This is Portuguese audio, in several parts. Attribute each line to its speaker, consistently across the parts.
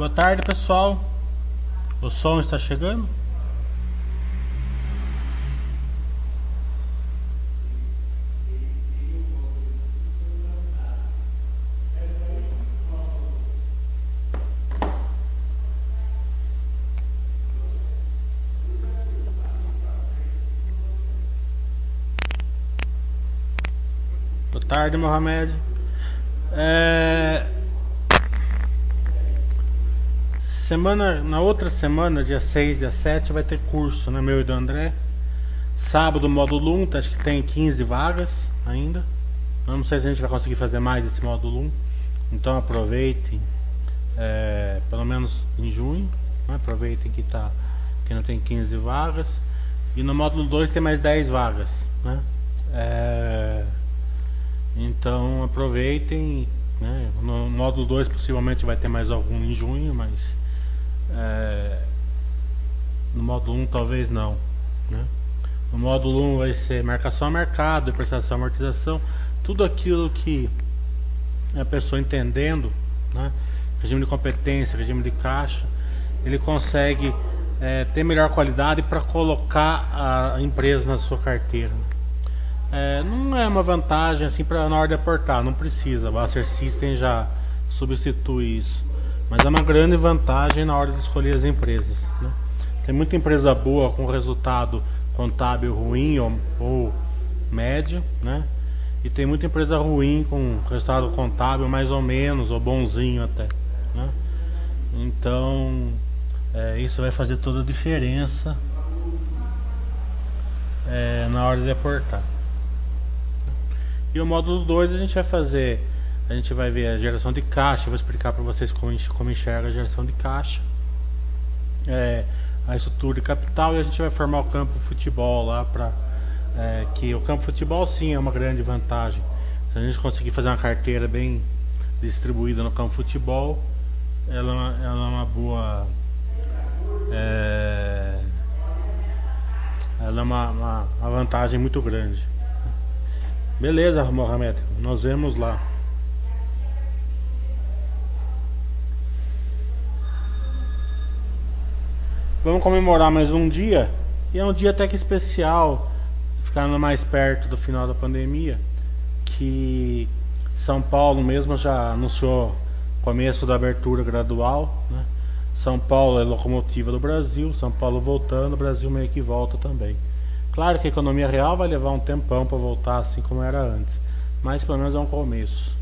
Speaker 1: Boa tarde, pessoal. O som está chegando? Boa tarde, Mohamed. Na outra semana, dia 6, dia 7, vai ter curso, né, meu e do André. Sábado, módulo 1, acho que tem 15 vagas ainda. Eu não sei se a gente vai conseguir fazer mais esse módulo 1. Então aproveitem, pelo menos em junho, né? Aproveitem que não tem 15 vagas. E no módulo 2 tem mais 10 vagas, né? Então aproveitem, né? No módulo 2 possivelmente vai ter mais algum em junho, mas no módulo 1 talvez não, né? No módulo 1 vai ser marcação a mercado, depreciação, amortização, tudo aquilo que a pessoa entendendo, né? Regime de competência, regime de caixa, ele consegue ter melhor qualidade para colocar a empresa na sua carteira. Não é uma vantagem assim na hora de aportar, não precisa, o Buster System já substitui isso, mas é uma grande vantagem na hora de escolher as empresas, né? Tem muita empresa boa com resultado contábil ruim ou médio, né? E tem muita empresa ruim com resultado contábil mais ou menos, ou bonzinho até, né? Então isso vai fazer toda a diferença na hora de aportar. E o módulo 2 a gente vai ver a geração de caixa. Eu vou explicar para vocês como enxerga a geração de caixa, a estrutura de capital, e a gente vai formar o campo futebol lá que o campo futebol sim é uma grande vantagem. Se a gente conseguir fazer uma carteira bem distribuída no campo futebol, ela é uma boa, ela é uma vantagem muito grande. Beleza, Mohamed, nós vemos lá. Vamos comemorar mais um dia, e é um dia até que especial, ficando mais perto do final da pandemia, que São Paulo mesmo já anunciou o começo da abertura gradual, né? São Paulo é locomotiva do Brasil, São Paulo voltando, o Brasil meio que volta também. Claro que a economia real vai levar um tempão para voltar assim como era antes, mas pelo menos é um começo.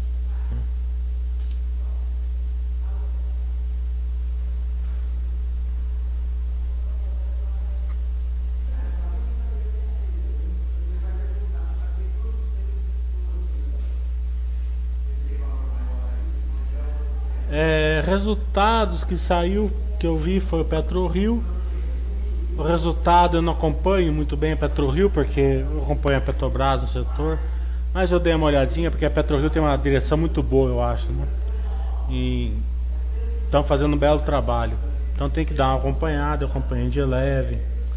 Speaker 1: Resultados que saiu, que eu vi, foi o PetroRio. O resultado eu não acompanho muito bem a PetroRio, porque eu acompanho a Petrobras no setor, mas eu dei uma olhadinha porque a PetroRio tem uma direção muito boa, eu acho, né? E estão fazendo um belo trabalho, então tem que dar uma acompanhada. Eu acompanhei de leve.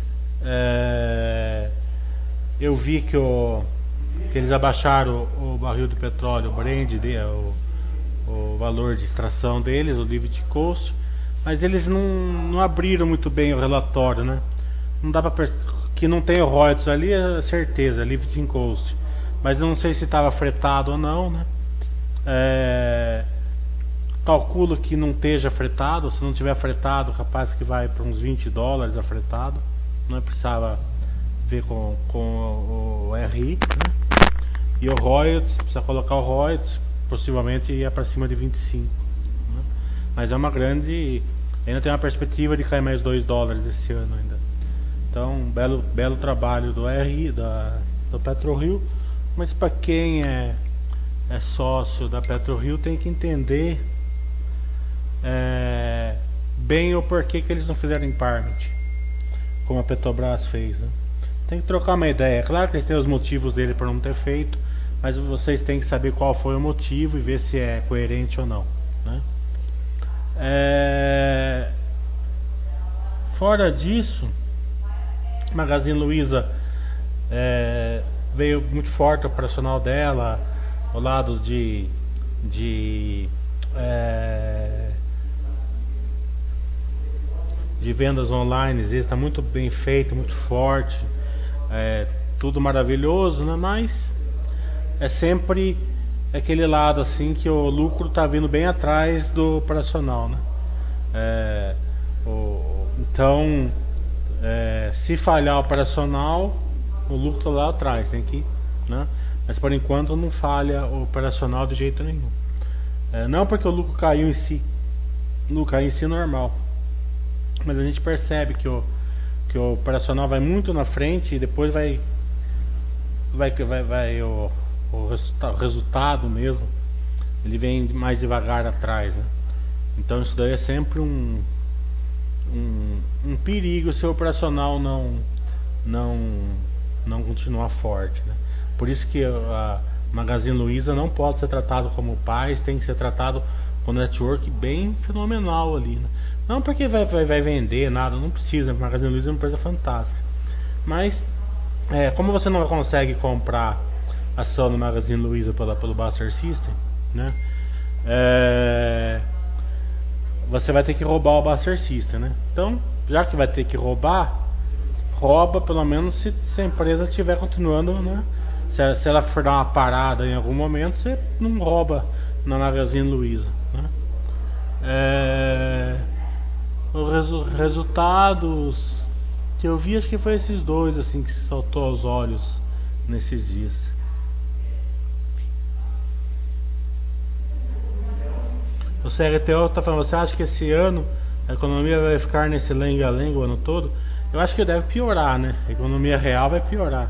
Speaker 1: Eu vi que eles abaixaram o barril de petróleo, o Brent, o valor de extração deles, o Liquid Cost, mas eles não abriram muito bem o relatório, né? Não dá para que não tem o royalties ali, é certeza, Liquid Cost, mas eu não sei se estava fretado ou não, né? Calculo que não esteja fretado. Se não tiver fretado, capaz que vai para uns $20 a fretado. Não precisava ver com o RI, né? E o royalties, precisa colocar o royalties, possivelmente ia para cima de 25, né? Mas é uma grande, ainda tem uma perspectiva de cair mais $2 esse ano ainda. Então belo trabalho do RI, do PetroRio. Mas para quem é sócio da PetroRio tem que entender bem o porquê que eles não fizeram emparment, como a Petrobras fez, né? Tem que trocar uma ideia. É claro que eles têm os motivos dele por não ter feito, mas vocês têm que saber qual foi o motivo e ver se é coerente ou não, né? Fora disso, Magazine Luiza veio muito forte o operacional dela, o lado de de vendas online, está muito bem feito, muito forte, tudo maravilhoso, né? Mas é sempre aquele lado assim que o lucro está vindo bem atrás do operacional, né? Então, se falhar o operacional, o lucro está lá atrás, tem que, né? Mas por enquanto não falha o operacional de jeito nenhum. Não porque o lucro caiu em si, o lucro caiu em si normal, mas a gente percebe que o operacional vai muito na frente e depois vai o resultado mesmo, ele vem mais devagar atrás, né? Então isso daí é sempre um perigo se o operacional não continuar forte, né? Por isso que a Magazine Luiza não pode ser tratado como paz, tem que ser tratado com um network bem fenomenal ali, né? Não porque vai vender nada, não precisa. A Magazine Luiza é uma empresa fantástica, mas como você não consegue comprar ação no Magazine Luiza pelo Buster System, né? Você vai ter que roubar o Buster System, né? Então, já que vai ter que rouba pelo menos se a empresa estiver continuando, né? Se ela for dar uma parada em algum momento, você não rouba na Magazine Luiza, né? Os resultados que eu vi, acho que foi esses dois assim que se saltou aos olhos nesses dias. O CRTO está falando, você acha que esse ano a economia vai ficar nesse lenga-lenga o ano todo? Eu acho que deve piorar, né? A economia real vai piorar.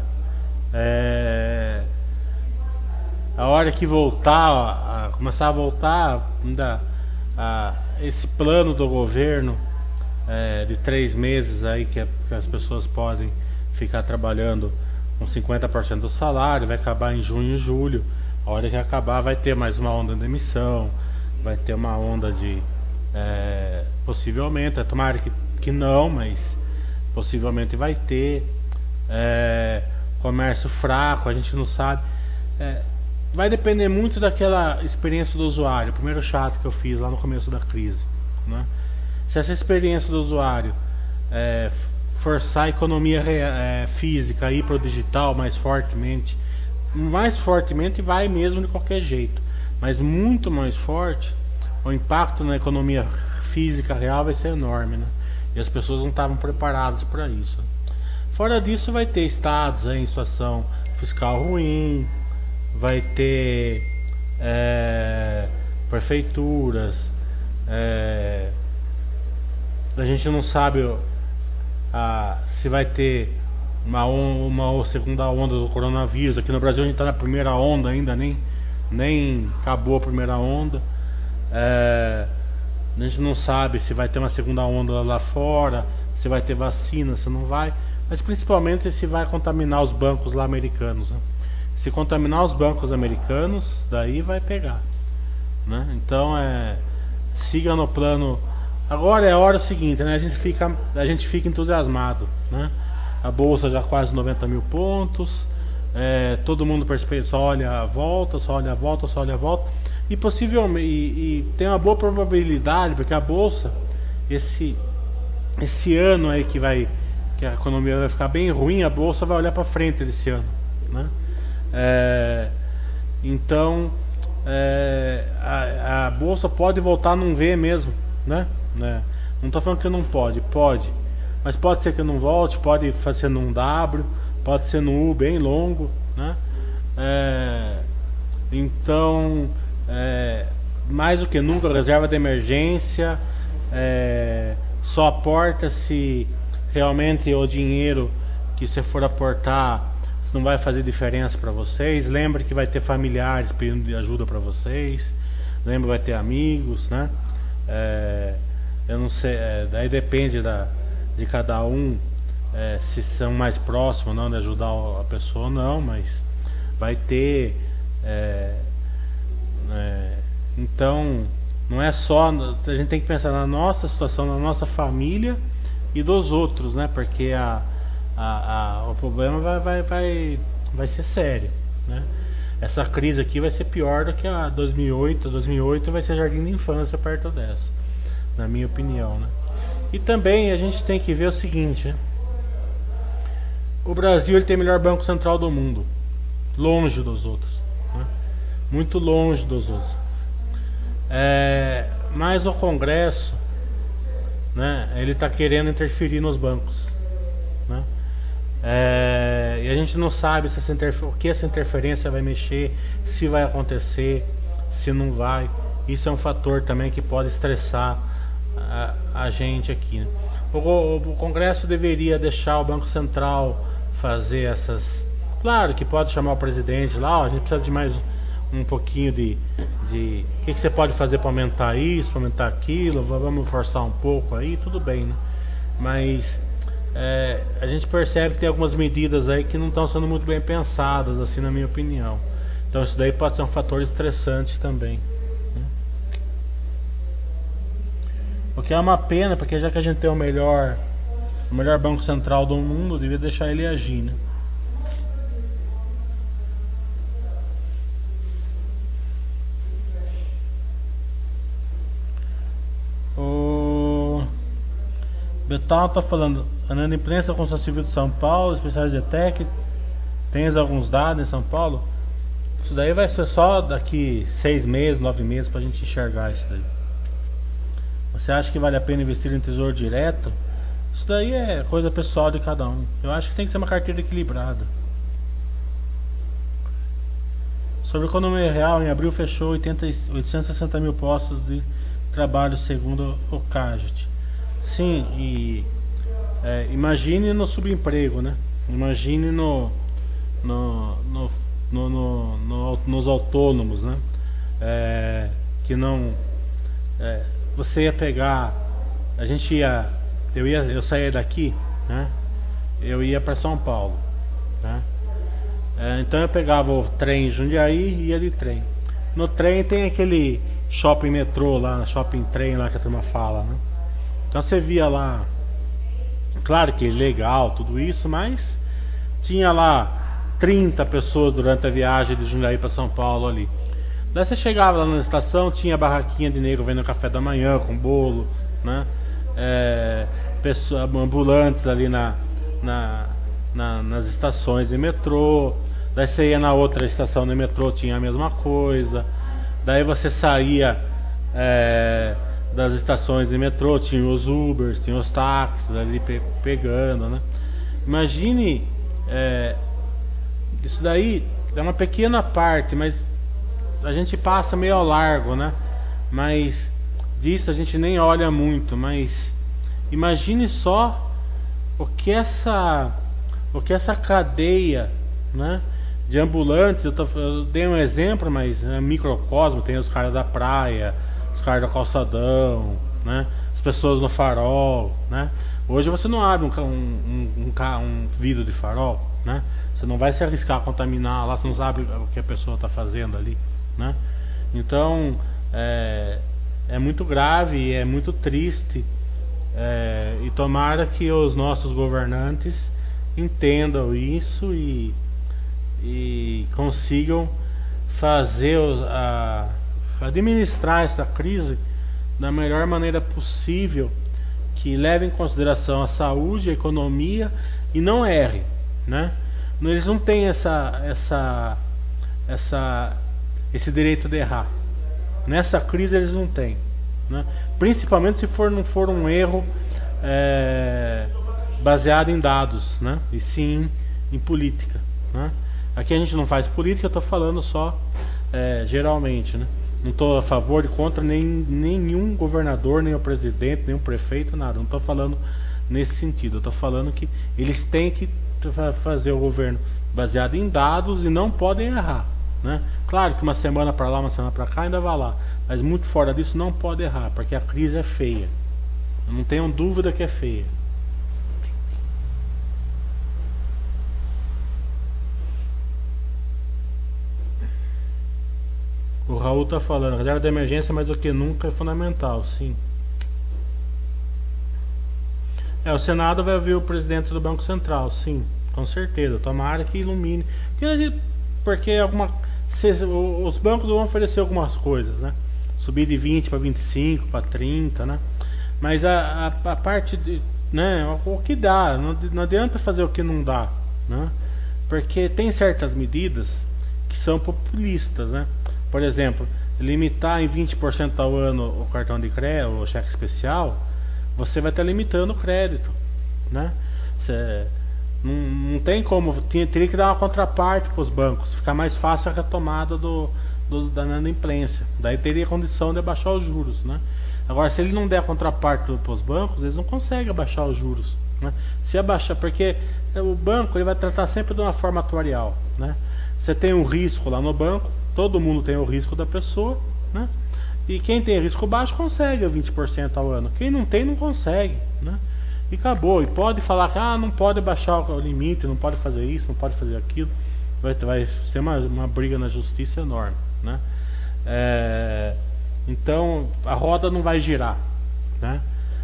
Speaker 1: A hora que voltar, começar a voltar, ainda esse plano do governo de 3 meses aí que as pessoas podem ficar trabalhando com 50% do salário, vai acabar em junho e julho. A hora que acabar vai ter mais uma onda de emissão, vai ter uma onda de possivelmente, tomara que não, mas possivelmente vai ter comércio fraco, a gente não sabe. Vai depender muito daquela experiência do usuário, o primeiro chat que eu fiz lá no começo da crise, né? Se essa experiência do usuário forçar a economia física a ir para o digital mais fortemente vai mesmo de qualquer jeito, mas muito mais forte, o impacto na economia física real vai ser enorme, né? E as pessoas não estavam preparadas para isso. Fora disso, vai ter estados em situação fiscal ruim, vai ter prefeituras, a gente não sabe se vai ter uma segunda onda do coronavírus. Aqui no Brasil a gente está na primeira onda ainda, nem acabou a primeira onda. A gente não sabe se vai ter uma segunda onda lá fora, se vai ter vacina, se não vai, mas principalmente se vai contaminar os bancos lá americanos, né? Se contaminar os bancos americanos, daí vai pegar, né? Então siga no plano. Agora é a hora seguinte, né? A gente fica entusiasmado, né? A bolsa já quase 90 mil pontos, todo mundo só olha a volta, só olha a volta, só olha a volta. E possivelmente e tem uma boa probabilidade, porque a bolsa esse ano aí que a economia vai ficar bem ruim, a bolsa vai olhar para frente desse ano, né? Então a bolsa pode voltar num V mesmo, né? Não estou falando que não pode, mas pode ser que não volte, pode ser num W, pode ser num U bem longo, né? Então mais do que nunca, reserva de emergência, só aporta se realmente o dinheiro que você for aportar não vai fazer diferença para vocês. Lembre que vai ter familiares pedindo ajuda para vocês, lembre que vai ter amigos, né? Eu não sei, daí depende de cada um, se são mais próximos ou não de ajudar a pessoa ou não, mas vai ter. Então não é só, a gente tem que pensar na nossa situação, na nossa família e dos outros, né? Porque o problema vai ser sério, né? Essa crise aqui vai ser pior do que a 2008 vai ser jardim de infância perto dessa, na minha opinião, né? E também a gente tem que ver o seguinte, né? O Brasil ele tem o melhor banco central do mundo, longe dos outros, né? Muito longe dos outros. Mas o Congresso, né, ele está querendo interferir nos bancos, né? E a gente não sabe se o que essa interferência vai mexer, se vai acontecer, se não vai. Isso é um fator também que pode estressar a gente aqui, né? O Congresso deveria deixar o Banco Central fazer essas... Claro que pode chamar o presidente lá, ó, a gente precisa de mais um pouquinho de o que você pode fazer para aumentar isso, para aumentar aquilo, vamos forçar um pouco aí, tudo bem, né? Mas a gente percebe que tem algumas medidas aí que não estão sendo muito bem pensadas, assim, na minha opinião. Então isso daí pode ser um fator estressante também, né? O que é uma pena, porque já que a gente tem o melhor banco central do mundo, devia deixar ele agir, né? O Betal tá falando, andando imprensa da construção civil de São Paulo, especiais de ETEC, tens alguns dados em São Paulo? Isso daí vai ser só daqui 6 meses, 9 meses pra gente enxergar isso daí. Você acha que vale a pena investir em tesouro direto? Isso daí é coisa pessoal de cada um. Eu acho que tem que ser uma carteira equilibrada. Sobre a economia real, em abril fechou 860 mil postos de trabalho segundo o CAGED. Sim, e imagine no subemprego, né? Imagine nos autônomos, né? Que não... você ia pegar... Eu saía daqui, né? Eu ia para São Paulo, né? Então eu pegava o trem em Jundiaí e ia de trem. No trem tem aquele shopping metrô lá, shopping trem lá que a turma fala, né? Então você via lá, claro que legal tudo isso, mas tinha lá 30 pessoas durante a viagem de Jundiaí para São Paulo ali. Daí você chegava lá na estação, tinha barraquinha de negro vendendo café da manhã com bolo, né? Ambulantes ali nas estações de metrô. Daí você ia na outra estação de metrô, tinha a mesma coisa. Daí você saía das estações de metrô, tinha os Ubers, tinha os táxis ali pegando, né? Imagine, isso daí é uma pequena parte, mas a gente passa meio ao largo, né? Mas disso a gente nem olha muito. Mas imagine só o que essa cadeia, né, de ambulantes, eu dei um exemplo, mas é microcosmo, tem os caras da praia, os caras do calçadão, né, as pessoas no farol, né? Hoje você não abre um vidro de farol, né? Você não vai se arriscar a contaminar lá, você não sabe o que a pessoa está fazendo ali, né? Então é muito grave, é muito triste, e tomara que os nossos governantes entendam isso e consigam fazer administrar essa crise da melhor maneira possível, que leve em consideração a saúde, a economia e não erre, né? Eles não têm esse direito de errar. Nessa crise eles não têm, né? Principalmente se não for um erro baseado em dados, né? E sim em política, né? Aqui a gente não faz política, eu estou falando só geralmente, né? Não estou a favor e contra nenhum governador, nem o presidente, nem o prefeito, nada. Não estou falando nesse sentido. Eu estou falando que eles têm que fazer o governo baseado em dados e não podem errar, né? Claro que uma semana para lá, uma semana para cá ainda vai lá, mas muito fora disso não pode errar, porque a crise é feia. Eu não tenho dúvida que é feia. O Raul tá falando, reserva de emergência mais do que nunca é fundamental, sim. O Senado vai ouvir o presidente do Banco Central, sim, com certeza. Tomara que ilumine. Porque os bancos vão oferecer algumas coisas, né? Subir de 20 para 25, para 30, né? Mas a parte de, né, o que dá, não adianta fazer o que não dá, né? Porque tem certas medidas que são populistas, né? Por exemplo, limitar em 20% ao ano o cartão de crédito, o cheque especial, você vai estar limitando o crédito, né? Cê, não tem como, teria que dar uma contraparte para os bancos, ficar mais fácil a retomada da inadimplência. Daí teria condição de abaixar os juros, né? Agora, se ele não der a contraparte para os bancos, eles não conseguem abaixar os juros, né? Se abaixar, porque o banco ele vai tratar sempre de uma forma atuarial, né? Você tem um risco lá no banco, todo mundo tem o risco da pessoa, né? E quem tem risco baixo consegue 20% ao ano. Quem não tem, não consegue, né? E acabou. E pode falar que não pode baixar o limite, não pode fazer isso, não pode fazer aquilo. Vai ser uma briga na justiça enorme, né? Então a roda não vai girar, né?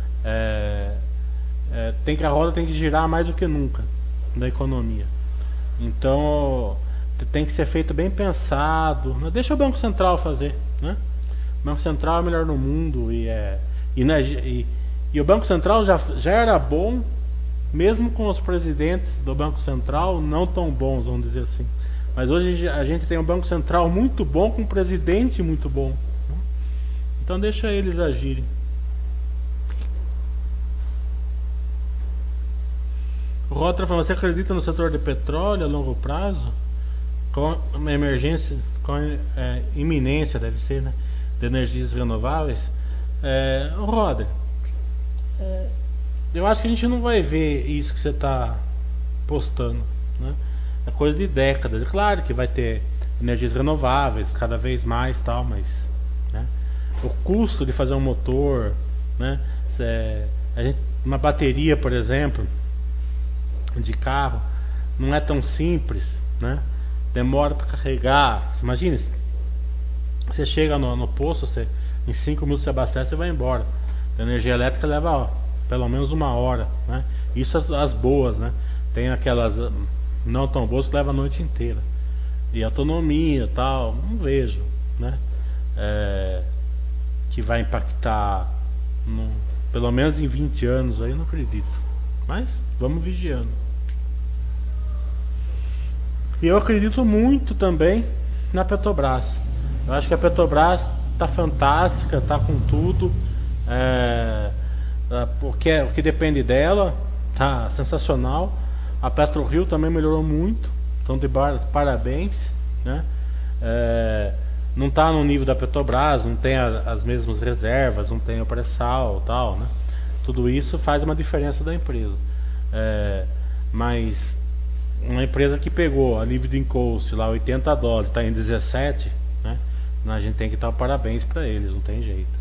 Speaker 1: A roda tem que girar mais do que nunca da economia. Então tem que ser feito bem pensado. Deixa o Banco Central fazer, né? O Banco Central é o melhor no mundo e o Banco Central já era bom, mesmo com os presidentes do Banco Central não tão bons, vamos dizer assim. Mas hoje a gente tem um Banco Central muito bom com um presidente muito bom. Então deixa eles agirem. O Rotra falou: você acredita no setor de petróleo a longo prazo? Com uma emergência, com iminência, deve ser, né, de energias renováveis? Roder, eu acho que a gente não vai ver isso que você está postando, né? É coisa de décadas. É claro que vai ter energias renováveis cada vez mais, tal, mas, né, o custo de fazer um motor, né, uma bateria, por exemplo, de carro, não é tão simples, né? Demora para carregar. Imagina, você chega no posto, em 5 minutos você abastece e vai embora. A energia elétrica leva pelo menos 1 hora, né? Isso as boas, né? Tem aquelas não tão boas que levam a noite inteira. E autonomia, tal, não vejo, né? Que vai impactar pelo menos em 20 anos aí, não acredito. Mas vamos vigiando. E eu acredito muito também na Petrobras. Eu acho que a Petrobras está fantástica, está com tudo. O que depende dela está sensacional. A PetroRio também melhorou muito. Então de parabéns, né? Não está no nível da Petrobras, não tem as mesmas reservas, não tem o pré-sal, tal, né? Tudo isso faz uma diferença da empresa. Mas uma empresa que pegou a Dividend Coast lá $80, está em 17, né? A gente tem que dar parabéns para eles, não tem jeito.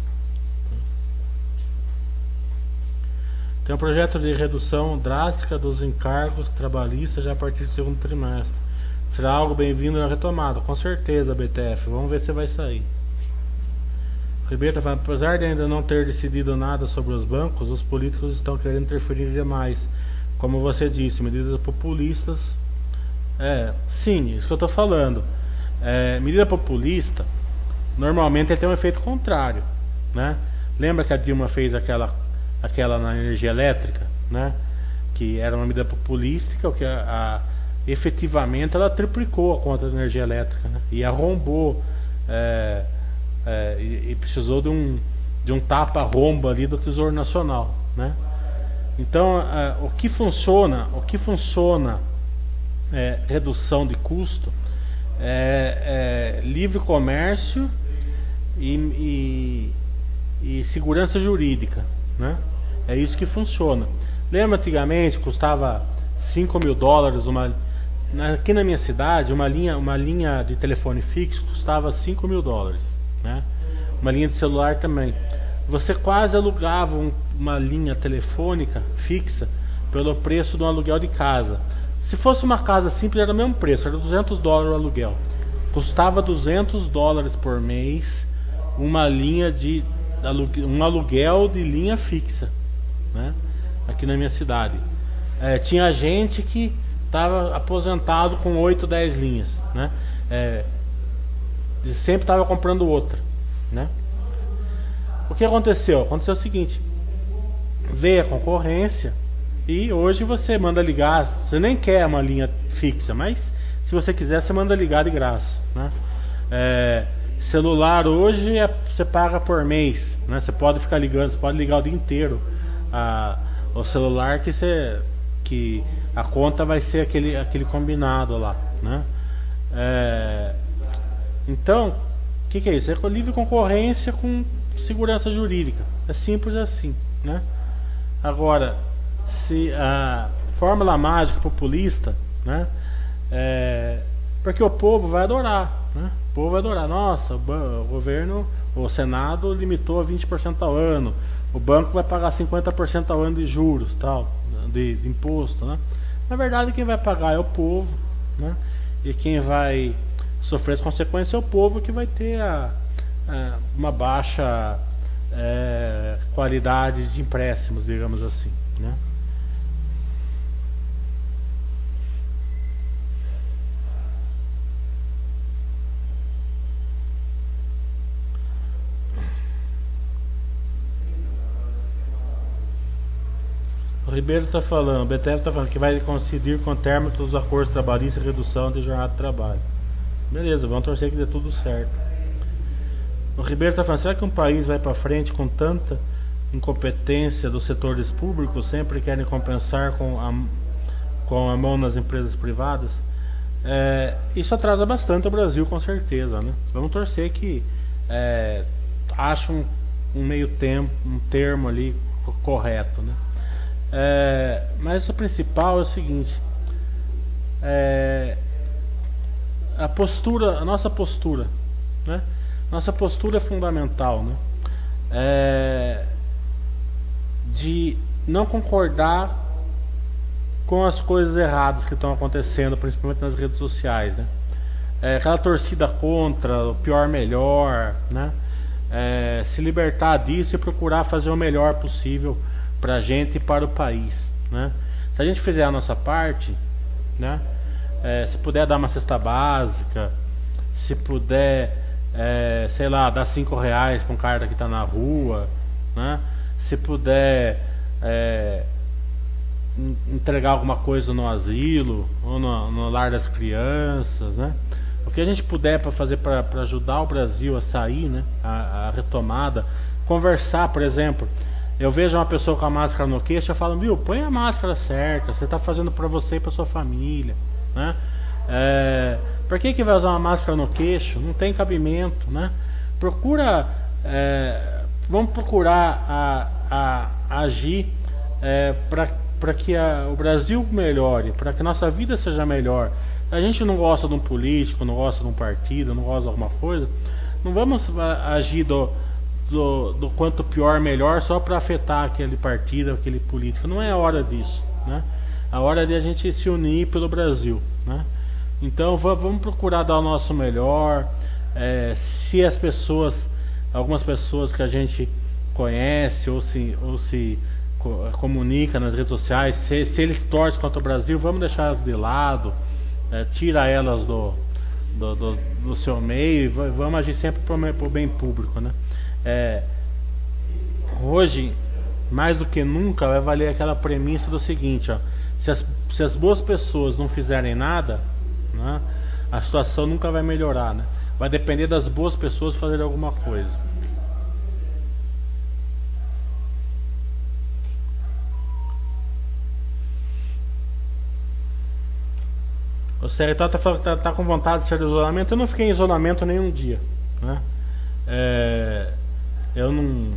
Speaker 1: Tem um projeto de redução drástica dos encargos trabalhistas já a partir do segundo trimestre. Será algo bem-vindo na retomada, com certeza, BTF. Vamos ver se vai sair. Ribeiro está falando: apesar de ainda não ter decidido nada sobre os bancos, os políticos estão querendo interferir demais. Como você disse, medidas populistas. Sim, isso que eu estou falando. Medida populista normalmente tem um efeito contrário, né? Lembra que a Dilma fez aquela na energia elétrica, né? Que era uma medida populística, que efetivamente ela triplicou a conta de energia elétrica, né? E arrombou, e precisou de um tapa-rombo ali do Tesouro Nacional, né? Então, o que funciona redução de custo, livre comércio e segurança jurídica, né? É isso que funciona. Lembra, antigamente custava $5.000 aqui na minha cidade, uma linha de telefone fixo custava $5.000, né? Uma linha de celular também. Você quase alugava uma linha telefônica fixa pelo preço de um aluguel de casa. Se fosse uma casa simples era o mesmo preço, era $200 o aluguel. Custava $200 por mês uma linha um aluguel de linha fixa, né? Aqui na minha cidade. Tinha gente que estava aposentado com 8, 10 linhas, né? E sempre estava comprando outra, né? O que aconteceu? Aconteceu o seguinte: vê a concorrência e hoje você manda ligar. Você nem quer uma linha fixa, mas se você quiser você manda ligar de graça, né? Celular hoje você paga por mês, né? Você pode ficar ligando, você pode ligar o dia inteiro o celular que a conta vai ser aquele combinado lá, né? Então, o que é isso? É livre concorrência com segurança jurídica. É simples assim, né? Agora, se a fórmula mágica populista, né? Porque o povo vai adorar, né? O povo vai adorar. Nossa, o governo, o Senado limitou a 20% ao ano. O banco vai pagar 50% ao ano de juros, tal, de imposto, né? Na verdade, quem vai pagar é o povo, né? E quem vai sofrer as consequências é o povo, que vai ter uma baixa qualidade de empréstimos, digamos assim, né? O Ribeiro está falando, o Betel está falando que vai coincidir com o término dos acordos trabalhistas e redução de jornada de trabalho. Beleza, vamos torcer que dê tudo certo. O Ribeiro está falando, será que um país vai para frente com tanta incompetência dos setores públicos, sempre querem compensar com a mão nas empresas privadas? Isso atrasa bastante o Brasil, com certeza, né? Vamos torcer que ache um meio termo ali correto, né? Mas o principal é o seguinte: a nossa postura, né? Nossa postura é fundamental, né? De não concordar com as coisas erradas que estão acontecendo, principalmente nas redes sociais, né? Aquela torcida contra, o pior melhor, né? Se libertar disso e procurar fazer o melhor possível para a gente e para o país, né? Se a gente fizer a nossa parte, né? Se puder dar uma cesta básica, se puder, sei lá, dar R$ 5 para um cara que está na rua, né? Se puder entregar alguma coisa no asilo ou no lar das crianças, né? O que a gente puder para fazer para ajudar o Brasil a sair, né? A retomada, conversar, por exemplo. Eu vejo uma pessoa com a máscara no queixo, eu falo, viu, põe a máscara certa, você está fazendo para você e para sua família, né? Por que vai usar uma máscara no queixo? Não tem cabimento, né? Vamos procurar agir para que o Brasil melhore, para que a nossa vida seja melhor. A gente não gosta de um político, não gosta de um partido, não gosta de alguma coisa, não vamos agir do quanto pior melhor só para afetar aquele partido, aquele político. Não é a hora disso, né? A hora de a gente se unir pelo Brasil, né? Então vamos procurar dar o nosso melhor. Se algumas pessoas que a gente conhece ou se comunica nas redes sociais, se eles torcem contra o Brasil, vamos deixar elas de lado, tira elas do seu meio e vamos agir sempre para o bem público, né? Hoje, mais do que nunca, vai valer aquela premissa do seguinte, ó: se as boas pessoas não fizerem nada, né, a situação nunca vai melhorar, né? Vai depender das boas pessoas fazerem alguma coisa. O Sérgio tá falando que tá com vontade de sair do isolamento. Eu não fiquei em isolamento nenhum dia, né? Eu não.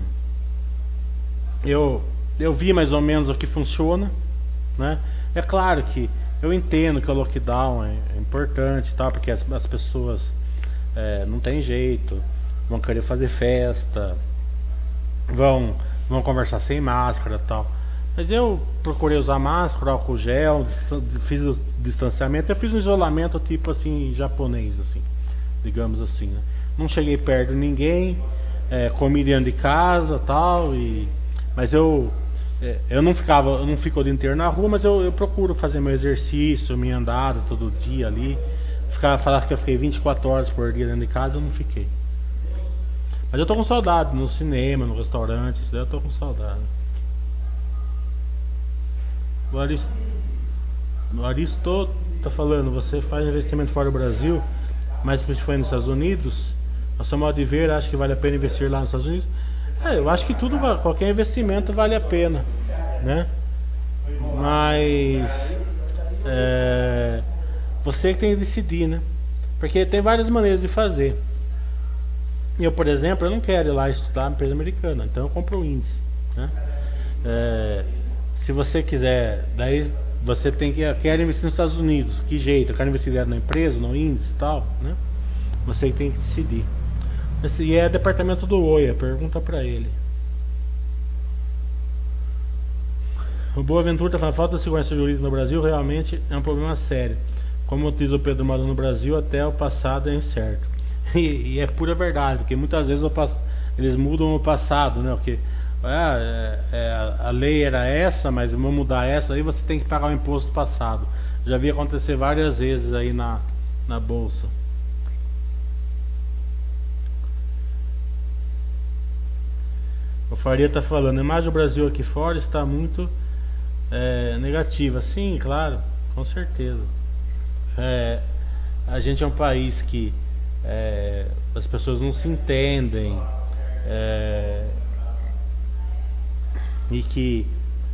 Speaker 1: Eu vi mais ou menos o que funciona, né? É claro que eu entendo que o lockdown é importante, tá? Porque as pessoas não tem jeito, vão querer fazer festa, vão conversar sem máscara, tal. Mas eu procurei usar máscara, álcool gel, fiz o distanciamento, eu fiz um isolamento tipo assim, japonês, assim, digamos assim, né? Não cheguei perto de ninguém, comi dentro de casa, tal, mas eu não fico o dia inteiro na rua, mas eu procuro fazer meu exercício, minha andada todo dia ali. Falar que eu fiquei 24 horas por dia dentro de casa, eu não fiquei. Mas eu tô com saudade no cinema, no restaurante, isso daí eu tô com saudade. O Aristo tá falando, você faz investimento fora do Brasil, mas se foi nos Estados Unidos, a seu modo de ver, acha que vale a pena investir lá nos Estados Unidos? Eu acho que qualquer investimento vale a pena, né? Mas você que tem que decidir, né? Porque tem várias maneiras de fazer. Eu, por exemplo, eu não quero ir lá estudar na empresa americana, então eu compro o índice, né? Se você quiser, daí você quer investir nos Estados Unidos. Que jeito? Eu quero investir na empresa, no índice e tal, né? Você que tem que decidir. Esse é departamento do OIA, pergunta pra ele. O Boaventura está falando, a falta de segurança jurídica no Brasil realmente é um problema sério. Como diz o Pedro Mano, no Brasil até o passado é incerto. E é pura verdade, porque muitas vezes eles mudam o passado, né? Porque a lei era essa, mas vamos mudar essa, aí você tem que pagar o imposto do passado. Já vi acontecer várias vezes aí na bolsa. O Faria está falando, a imagem do Brasil aqui fora está muito negativa. Sim, claro, com certeza. A gente é um país que as pessoas não se entendem, e que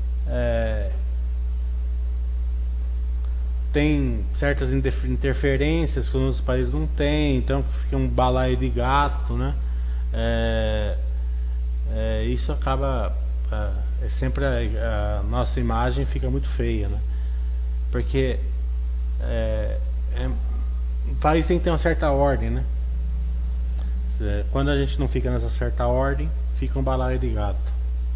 Speaker 1: tem certas interferências que os outros países não tem, então fica um balaio de gato, né? Isso acaba sempre a nossa imagem fica muito feia, né? Porque o país tem que ter uma certa ordem, né? Quando a gente não fica nessa certa ordem, fica um balaio de gato.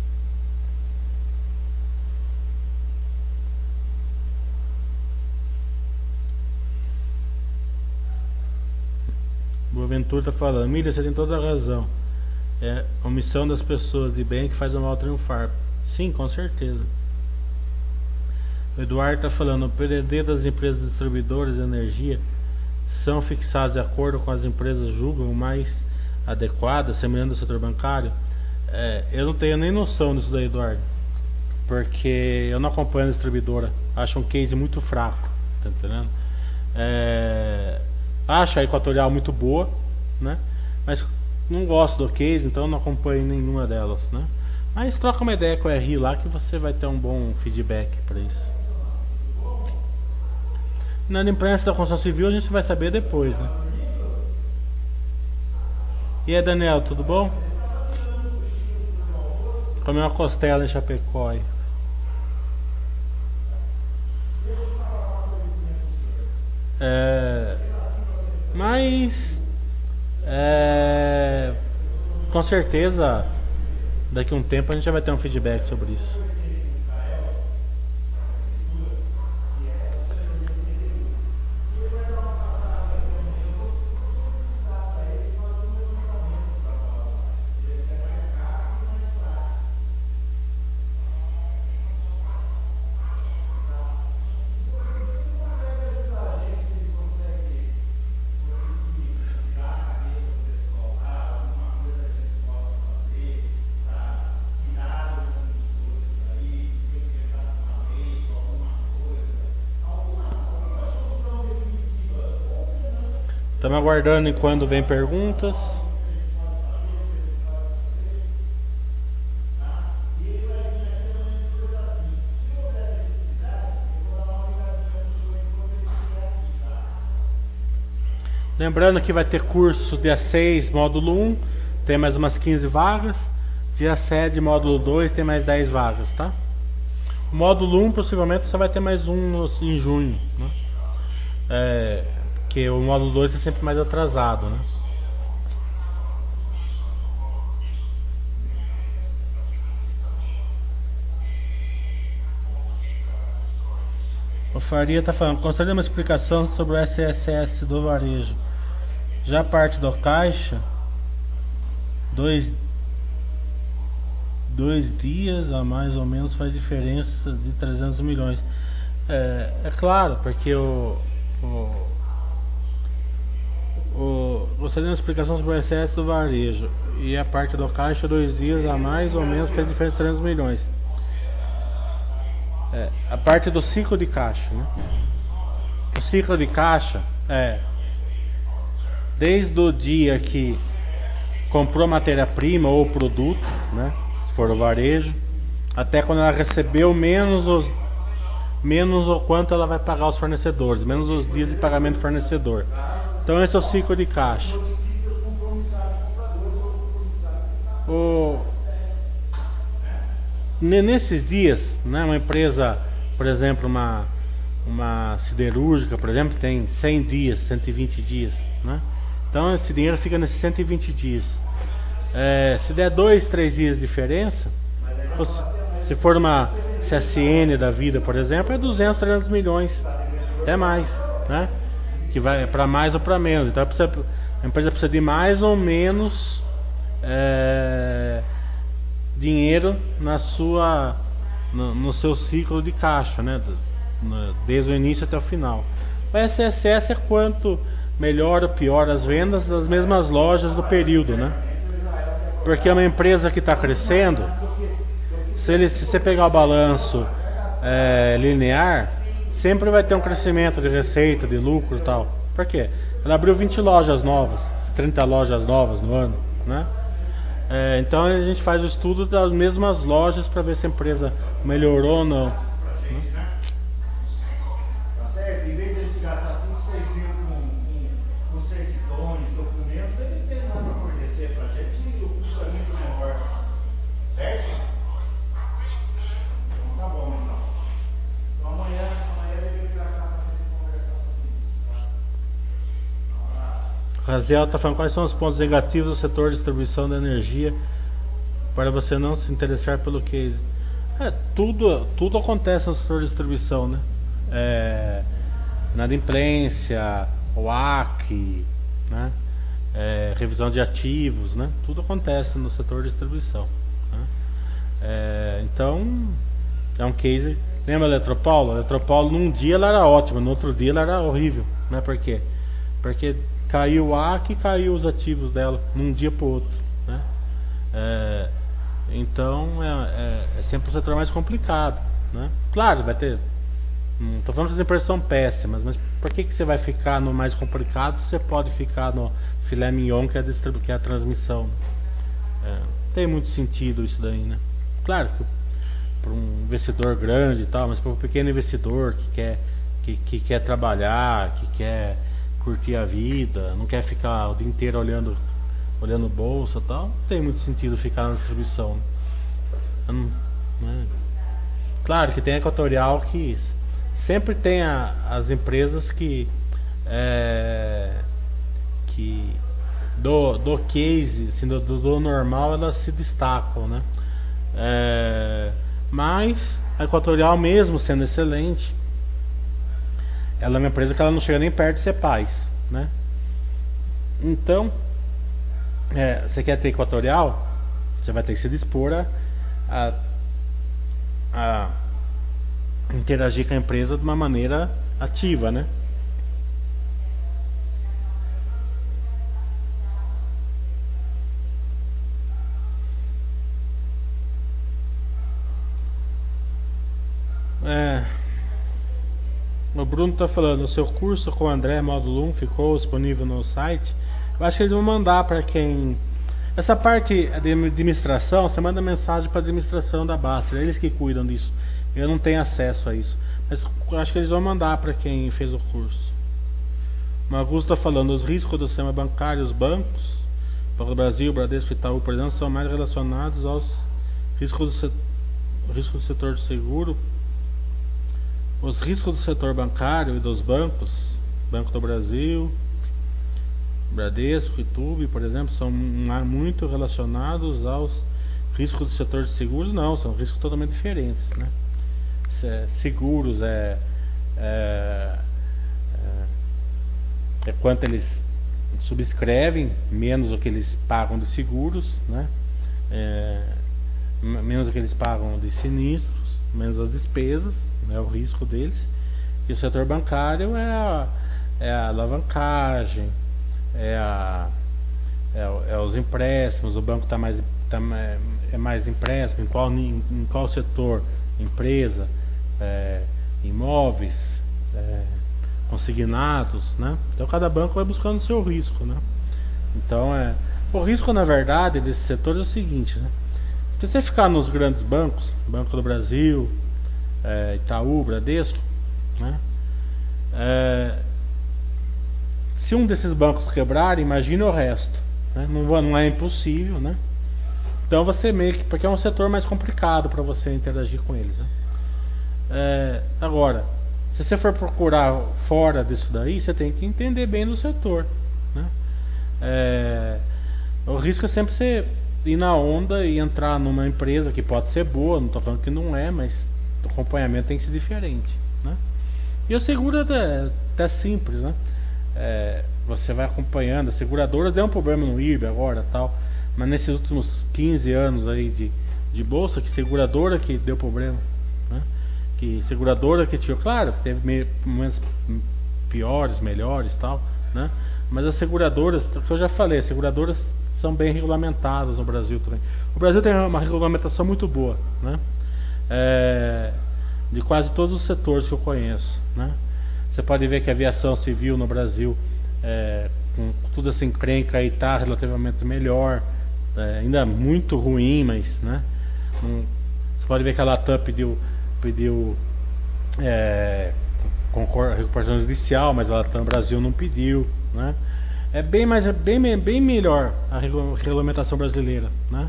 Speaker 1: Boaventura está falando, Mília, você tem toda a razão. É a omissão das pessoas de bem que faz o mal triunfar. Sim, com certeza. O Eduardo está falando, o PDD das empresas distribuidoras de energia são fixados de acordo com as empresas julgam mais adequadas, semelhante ao setor bancário. Eu não tenho nem noção disso daí, Eduardo, porque eu não acompanho a distribuidora. Acho um case muito fraco, tá entendendo? Acho a Equatorial muito boa, né? Mas não gosto do case, então não acompanho nenhuma delas, né? Mas troca uma ideia com o RI lá que você vai ter um bom feedback para isso. Na imprensa da construção civil a gente vai saber depois, né? E aí, Daniel, tudo bom? Comeu uma costela em Chapecó aí. Mas com certeza daqui a um tempo a gente já vai ter um feedback sobre isso. Estamos aguardando enquanto vem perguntas. Lembrando que vai ter curso dia 6, módulo 1, tem mais umas 15 vagas. Dia 7, módulo 2, tem mais 10 vagas, tá? O módulo 1 possivelmente só vai ter mais um em junho, né? Porque o módulo 2 é sempre mais atrasado, né? O Faria está falando, gostaria de uma explicação sobre o SSS do varejo. Já parte do caixa, dois dias a mais ou menos faz diferença de 300 milhões. É claro, porque gostaria de uma explicação sobre o SS do varejo e a parte do caixa, 2 dias a mais ou menos faz diferença de 300 milhões. a parte do ciclo de caixa, né? O ciclo de caixa é desde o dia que comprou matéria-prima ou produto, né? Se for o varejo, até quando ela recebeu menos o quanto ela vai pagar aos fornecedores, menos os dias de pagamento do fornecedor. Então esse é o ciclo de caixa. Nesses dias, né, uma empresa, por exemplo, uma siderúrgica, por exemplo, tem 100 dias, 120 dias, né? Então esse dinheiro fica nesses 120 dias. Se der 2, 3 dias de diferença, se for uma CSN da vida, por exemplo, é 200, 300 milhões, até mais, né? Que vai para mais ou para menos. Então a empresa precisa de mais ou menos dinheiro no seu ciclo de caixa, né? Desde o início até o final. O SSS é quanto melhor ou pior as vendas das mesmas lojas do período, né? Porque é uma empresa que está crescendo. Se você pegar o balanço linear, sempre vai ter um crescimento de receita, de lucro e tal. Por quê? Ela abriu 20 lojas novas, 30 lojas novas no ano, né? Então a gente faz o estudo das mesmas lojas para ver se a empresa melhorou ou não, né?
Speaker 2: Tá certo? Em vez de a gente gastar 5, 6 mil com certidões, documentos, ele tem nada para fornecer para a gente e o custo é muito menor. Certo? Então tá bom, então. Então amanhã ele vem para cá para a gente conversar sobre isso.
Speaker 1: Raziel está falando quais são os pontos negativos do setor de distribuição de energia para você não se interessar pelo case. Tudo acontece no setor de distribuição, né? Inadimplência, WACC, né? Revisão de ativos, né? Tudo acontece no setor de distribuição, né? Então é um case. Lembra a Eletropaulo? A Eletropaulo num dia ela era ótima, no outro dia ela era horrível, né? Por quê? Porque caiu o AC e caiu os ativos dela num dia para o outro, né? Então é sempre um setor mais complicado, né? Claro, vai ter. Não estou falando que as empresas são péssimas, mas por que você vai ficar no mais complicado se você pode ficar no filé mignon, que é a transmissão? Tem muito sentido isso daí, né? Claro que para um investidor grande e tal, mas para um pequeno investidor que quer trabalhar, que quer curtir a vida, não quer ficar o dia inteiro olhando bolsa e tal, não tem muito sentido ficar na distribuição, né? Claro que tem a Equatorial, que sempre tem as empresas que do case, assim, do normal, elas se destacam, né? Mas a Equatorial, mesmo sendo excelente, ela é uma empresa que ela não chega nem perto de ser paz, né? Então, você quer ter Equatorial, você vai ter que se dispor a interagir com a empresa de uma maneira ativa, né? O Bruno está falando, o seu curso com o André módulo 1 ficou disponível no site. Eu acho que eles vão mandar para quem... Essa parte de administração, você manda mensagem para a administração da Baster, eles que cuidam disso. Eu não tenho acesso a isso, mas eu acho que eles vão mandar para quem fez o curso. O Augusto está falando, os riscos do sistema bancário, os bancos, para o Brasil, Bradesco e Itaú, por exemplo, são mais relacionados aos riscos do setor de seguro. Os riscos do setor bancário e dos bancos, Banco do Brasil, Bradesco e Itaú, por exemplo, são muito relacionados aos riscos do setor de seguros. Não, são riscos totalmente diferentes, né? Seguros é quanto eles subscrevem, menos o que eles pagam de seguros, né? Menos o que eles pagam de sinistros, menos as despesas, né? O risco deles. E o setor bancário é a alavancagem, os empréstimos. O banco é mais empréstimo, em qual setor? Empresa, imóveis, consignados, né? Então cada banco vai buscando o seu risco, né? Então o risco, na verdade, desse setor é o seguinte, né? Se você ficar nos grandes bancos, Banco do Brasil, Itaú, Bradesco, né? Se um desses bancos quebrar, imagine o resto, né? Não é impossível, né? Então você meio que, porque é um setor mais complicado para você interagir com eles, né? Agora, se você for procurar fora disso daí, você tem que entender bem do setor, né? O risco é sempre você ir na onda e entrar numa empresa que pode ser boa, não estou falando que não é, mas o acompanhamento tem que ser diferente, né? E o seguro é até simples, né? Você vai acompanhando. As seguradoras deu um problema no IRB agora, tal, mas nesses últimos 15 anos aí de bolsa, que seguradora que deu problema, né? Que seguradora que tinha, claro, que teve momentos piores, melhores, tal, né? Mas as seguradoras, o que eu já falei, as seguradoras são bem regulamentadas no Brasil também. O Brasil tem uma regulamentação muito boa, né? De quase todos os setores que eu conheço, né? Você pode ver que a aviação civil no Brasil, com tudo essa encrenca aí, está relativamente melhor, ainda muito ruim, mas, né? Você pode ver que a Latam pediu recuperação judicial, mas a Latam Brasil não pediu, né? É bem melhor a regulamentação brasileira, né?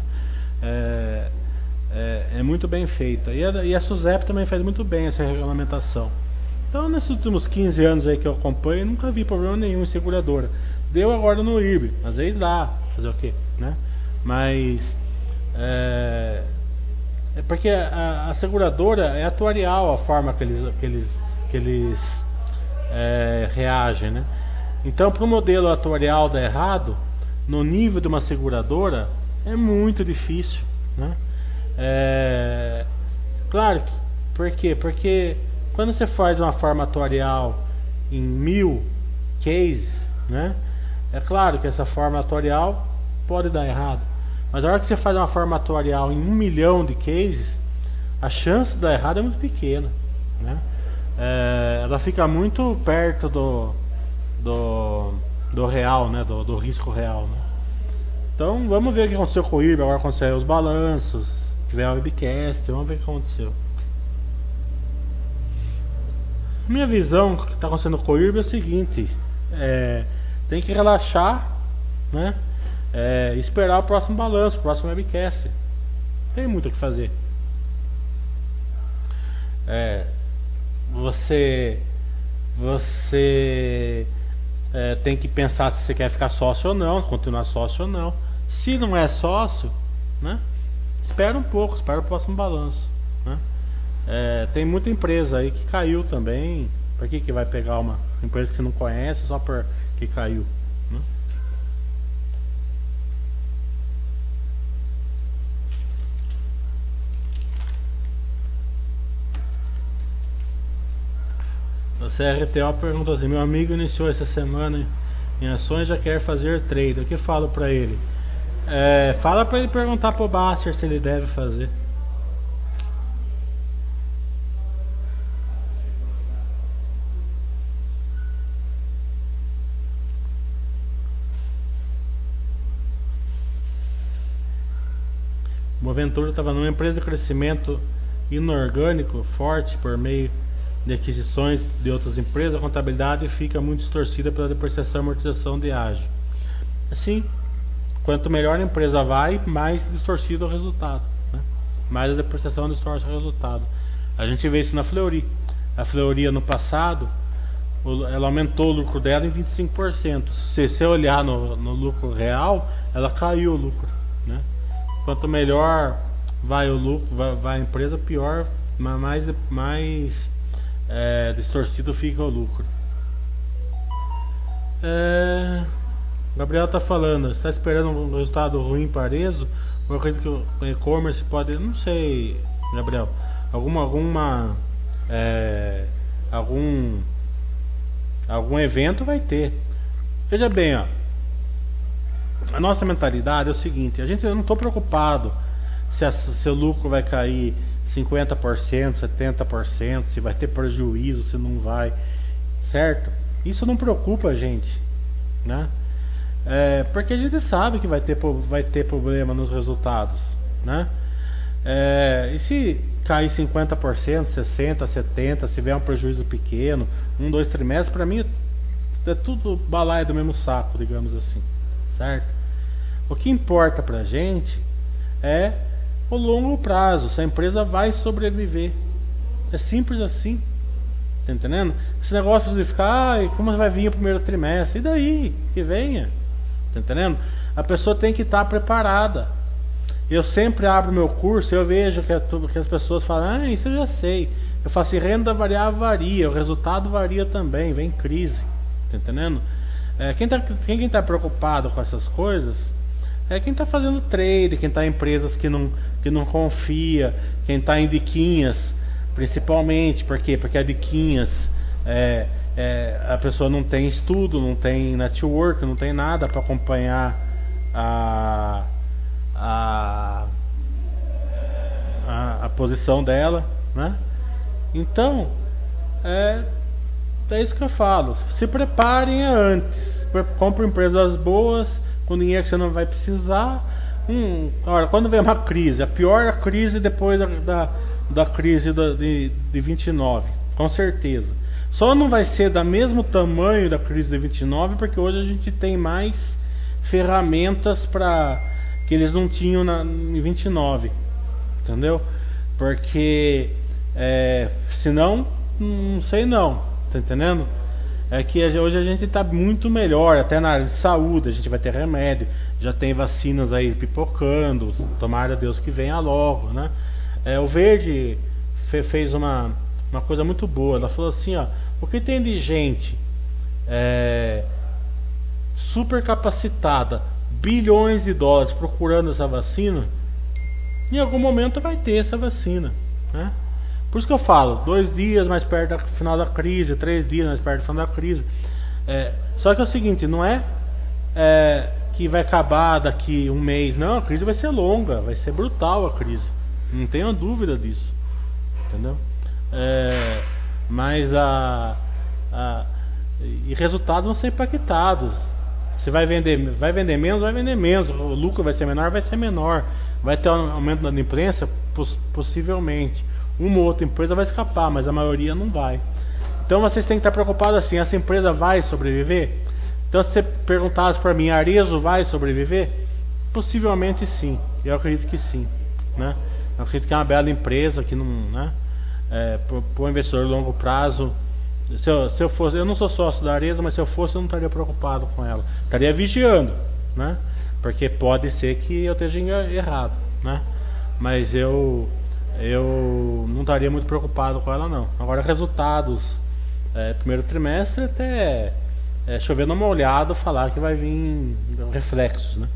Speaker 1: É muito bem feita. E a SUSEP também faz muito bem essa regulamentação. Então, nesses últimos 15 anos aí que eu acompanho, nunca vi problema nenhum em seguradora. Deu agora no IRB, às vezes dá, fazer o quê, né? Mas é porque a seguradora é atuarial a forma que eles reagem, né? Então, para o modelo atuarial dar errado, no nível de uma seguradora, é muito difícil, né? Claro, por quê? Porque quando você faz uma forma atuarial em 1000 cases, né? É claro que essa forma atuarial pode dar errado, mas a hora que você faz uma forma atuarial em 1 milhão de cases, a chance de dar errado é muito pequena, né? Ela fica muito perto do real, né? Do risco real, né? Então vamos ver o que aconteceu com o IRB agora quando sair os balanços, tiver o webcast, vamos ver o que aconteceu. Minha visão do que está acontecendo com o IRB é o seguinte: tem que relaxar, né? Esperar o próximo balanço, o próximo webcast. Tem muito o que fazer. Você tem que pensar se você quer ficar sócio ou não, continuar sócio ou não. Se não é sócio, né? Espera um pouco, espera o próximo balanço, né? Tem muita empresa aí que caiu também. Por que vai pegar uma empresa que você não conhece só porque caiu, né? O CRTO perguntou assim: meu amigo iniciou essa semana em ações, já quer fazer trade, o que falo pra ele? Fala pra ele perguntar pro Baster se ele deve fazer. O Boaventura estava numa empresa de crescimento inorgânico forte por meio de aquisições de outras empresas. A contabilidade fica muito distorcida pela depreciação e amortização de ágio. Assim, quanto melhor a empresa vai, mais distorcido o resultado, né? Mais a depreciação distorce o resultado. A gente vê isso na Fleury. A Fleury no passado, ela aumentou o lucro dela em 25%. Se você olhar no lucro real, ela caiu o lucro, né? Quanto melhor vai o lucro, vai a empresa, pior, mais distorcido fica o lucro. Gabriel está falando, está esperando um resultado ruim para Ezo? Eu acredito que o e-commerce pode, não sei, Gabriel, algum evento vai ter. Veja bem, ó, a nossa mentalidade é o seguinte: eu não estou preocupado se o lucro vai cair 50%, 70%, se vai ter prejuízo, se não vai, certo? Isso não preocupa a gente, né? Porque a gente sabe que vai ter problema nos resultados, né? E se cair 50%, 60%, 70%, se vier um prejuízo pequeno, 1, 2 trimestres, para mim é tudo balaia do mesmo saco, digamos assim, certo? O que importa pra gente é o longo prazo, se a empresa vai sobreviver. É simples assim, tá entendendo? Esse negócio de ficar, como vai vir o primeiro trimestre, e daí? Que venha, tá entendendo? A pessoa tem que estar preparada. Eu sempre abro meu curso, eu vejo que as pessoas falam, isso eu já sei. Eu falo assim, renda variável varia, o resultado varia também, vem crise, tá entendendo? Quem tá preocupado com essas coisas é quem tá fazendo trade, quem tá em empresas que não confia, quem tá em diquinhas, principalmente. Por quê? Porque a diquinhas a pessoa não tem estudo, não tem network, não tem nada para acompanhar a posição dela, né? Então é isso que eu falo. Se preparem antes, compre empresas boas com dinheiro que você não vai precisar. Olha, quando vem uma crise, a pior crise depois da crise de 29, com certeza. Só não vai ser do mesmo tamanho da crise de 29, porque hoje a gente tem mais ferramentas que eles não tinham em 29, entendeu? Porque senão, não sei não, tá entendendo? É que hoje a gente está muito melhor, até na área de saúde, a gente vai ter remédio, já tem vacinas aí pipocando, tomara Deus que venha logo, né? O Verde fez uma coisa muito boa, ela falou assim, ó, o que tem de gente super capacitada, bilhões de dólares procurando essa vacina, em algum momento vai ter essa vacina, né? Por isso que eu falo, 2 dias mais perto do final da crise, 3 dias mais perto do final da crise. Só que é o seguinte, não é que vai acabar daqui um mês, não, a crise vai ser longa, vai ser brutal a crise, não tenho dúvida disso, entendeu? Mas e resultados vão ser impactados. Se vai vender menos, vai vender menos. O lucro vai ser menor, vai ser menor. Vai ter um aumento da imprensa, possivelmente. Uma ou outra empresa vai escapar, mas a maioria não vai. Então vocês têm que estar preocupados assim, essa empresa vai sobreviver? Então se você perguntasse para mim, Arezzo vai sobreviver? Possivelmente sim, eu acredito que sim, né? Eu acredito que é uma bela empresa, que não, né? Para o investidor de longo prazo. Se eu fosse, eu não sou sócio da Arezzo, mas se eu fosse eu não estaria preocupado com ela, estaria vigiando, né? Porque pode ser que eu esteja errado, né? Mas eu não estaria muito preocupado com ela não. Agora resultados, primeiro trimestre, até chovendo uma olhada falar que vai vir reflexos, né?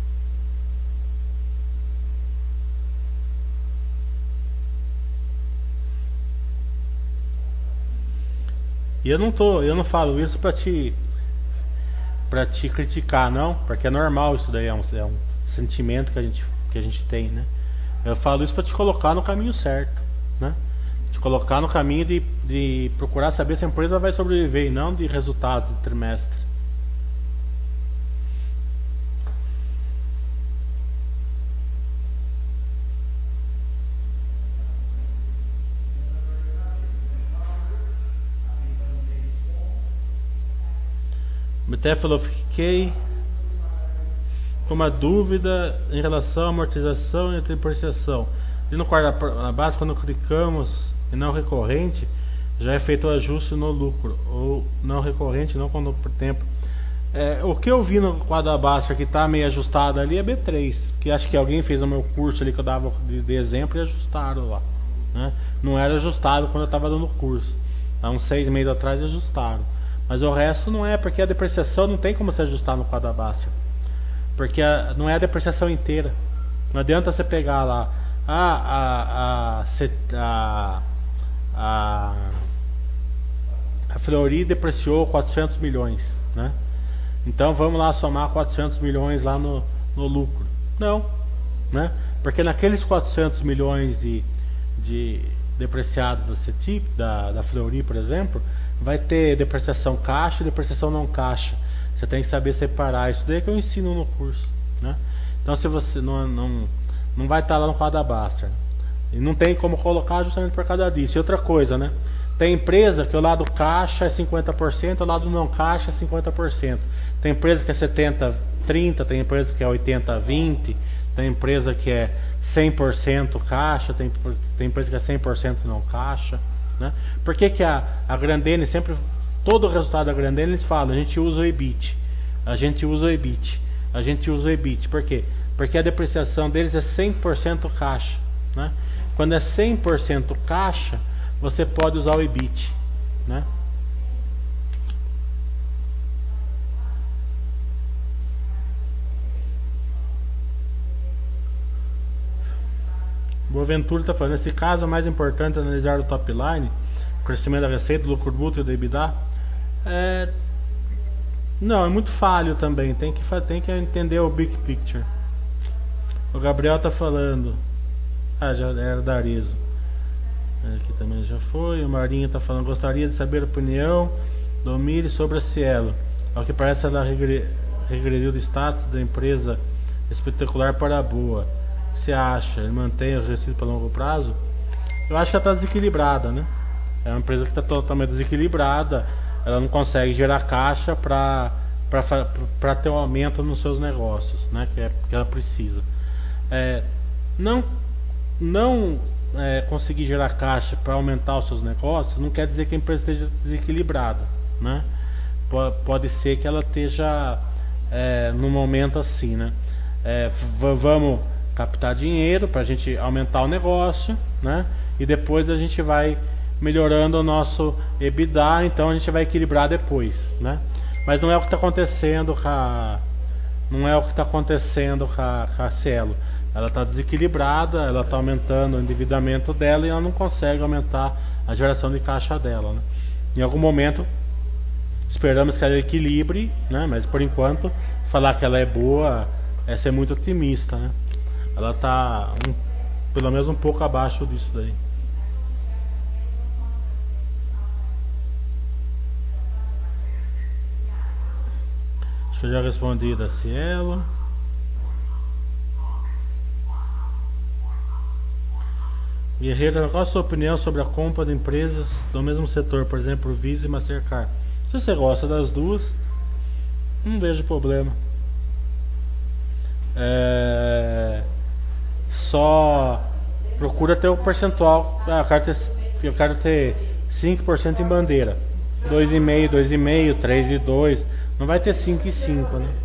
Speaker 1: E eu não falo isso pra te criticar, não, porque é normal, isso daí é um sentimento que a gente tem, né? Eu falo isso para te colocar no caminho certo, né? Te colocar no caminho de procurar saber se a empresa vai sobreviver e não de resultados de trimestre. O BTF falou, fiquei com uma dúvida em relação à amortização e à depreciação. E no quarto na base, quando clicamos em não recorrente, já é feito o ajuste no lucro, ou não recorrente, não quando por tempo. O que eu vi no quadro abaixo que está meio ajustado ali é B3, que acho que alguém fez o meu curso ali que eu dava de exemplo e ajustaram lá, né? Não era ajustado quando eu estava dando o curso, há uns 6 meses atrás ajustaram, mas o resto não é, porque a depreciação não tem como se ajustar no quadro abaixo, porque não é a depreciação inteira. Não adianta você pegar lá a Fleury depreciou 400 milhões, né? Então vamos lá somar 400 milhões lá no lucro. Não, né? Porque naqueles 400 milhões de de depreciado desse tipo, da Fleury, por exemplo, vai ter depreciação caixa e depreciação não caixa. Você tem que saber separar. Isso daí que eu ensino no curso, né? Então, se você não vai estar lá no quadro da Baster, e não tem como colocar justamente por causa disso. E outra coisa, né? Tem empresa que o lado caixa é 50%, o lado não caixa é 50%. Tem empresa que é 70-30, tem empresa que é 80-20, tem empresa que é 100% caixa, tem empresa que é 100% não caixa, né? Por que a Grendene sempre, todo o resultado da Grendene eles falam, a gente usa o EBIT, a gente usa o EBIT, a gente usa o EBIT. Por quê? Porque a depreciação deles é 100% caixa, né? Quando é 100% caixa, você pode usar o EBIT, né? Boaventura está falando, nesse caso é mais importante analisar o top line, o crescimento da receita, o lucro bruto e do EBITDA. Não, é muito falho também, tem que entender o big picture. O Gabriel está falando, já era da Arizo, aqui também já foi. O Marinho está falando, gostaria de saber a opinião do Miri sobre a Cielo. Ao que parece, ela regrediu do status da empresa espetacular para a boa. Você acha? Ele mantém os receitos para longo prazo? Eu acho que ela está desequilibrada, né? É uma empresa que está totalmente desequilibrada. Ela não consegue gerar caixa para ter um aumento nos seus negócios, né? Que ela precisa. Não conseguir gerar caixa para aumentar os seus negócios não quer dizer que a empresa esteja desequilibrada, né? Pode ser que ela esteja num momento assim, né? Vamos captar dinheiro para a gente aumentar o negócio, né? E depois a gente vai melhorando o nosso EBITDA, então a gente vai equilibrar depois, né? Mas não é o que está acontecendo com a Cielo. Ela está desequilibrada, ela está aumentando o endividamento dela e ela não consegue aumentar a geração de caixa dela, né? Em algum momento esperamos que ela equilibre, né? Mas por enquanto falar que ela é boa é ser muito otimista, né? Ela está pelo menos um pouco abaixo disso daí. Acho que eu já respondi da Cielo. Guerreiro, qual a sua opinião sobre a compra de empresas do mesmo setor, por exemplo, Visa e Mastercard? Se você gosta das duas, não vejo problema. Só procura ter o percentual. Eu quero ter 5% em bandeira, 2,5%, 2,5%, 3,2%. Não vai ter 5 e 5, né?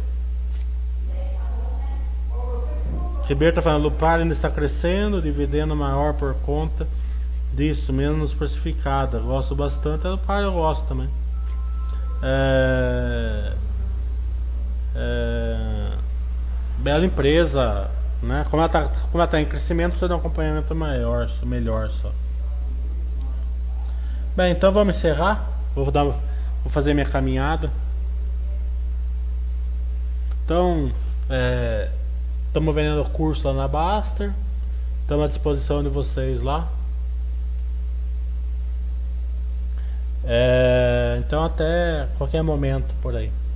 Speaker 1: Ribeiro está falando, o Lupar ainda está crescendo, dividendo maior por conta disso, menos precificada. Gosto bastante, a Lupar eu gosto também. Bela empresa, né? Como ela tá em crescimento, precisa de um acompanhamento melhor só. Bem, então vamos encerrar. Vou fazer minha caminhada. Então, estamos vendendo o curso lá na Baster. Estamos à disposição de vocês lá. Então até qualquer momento por aí.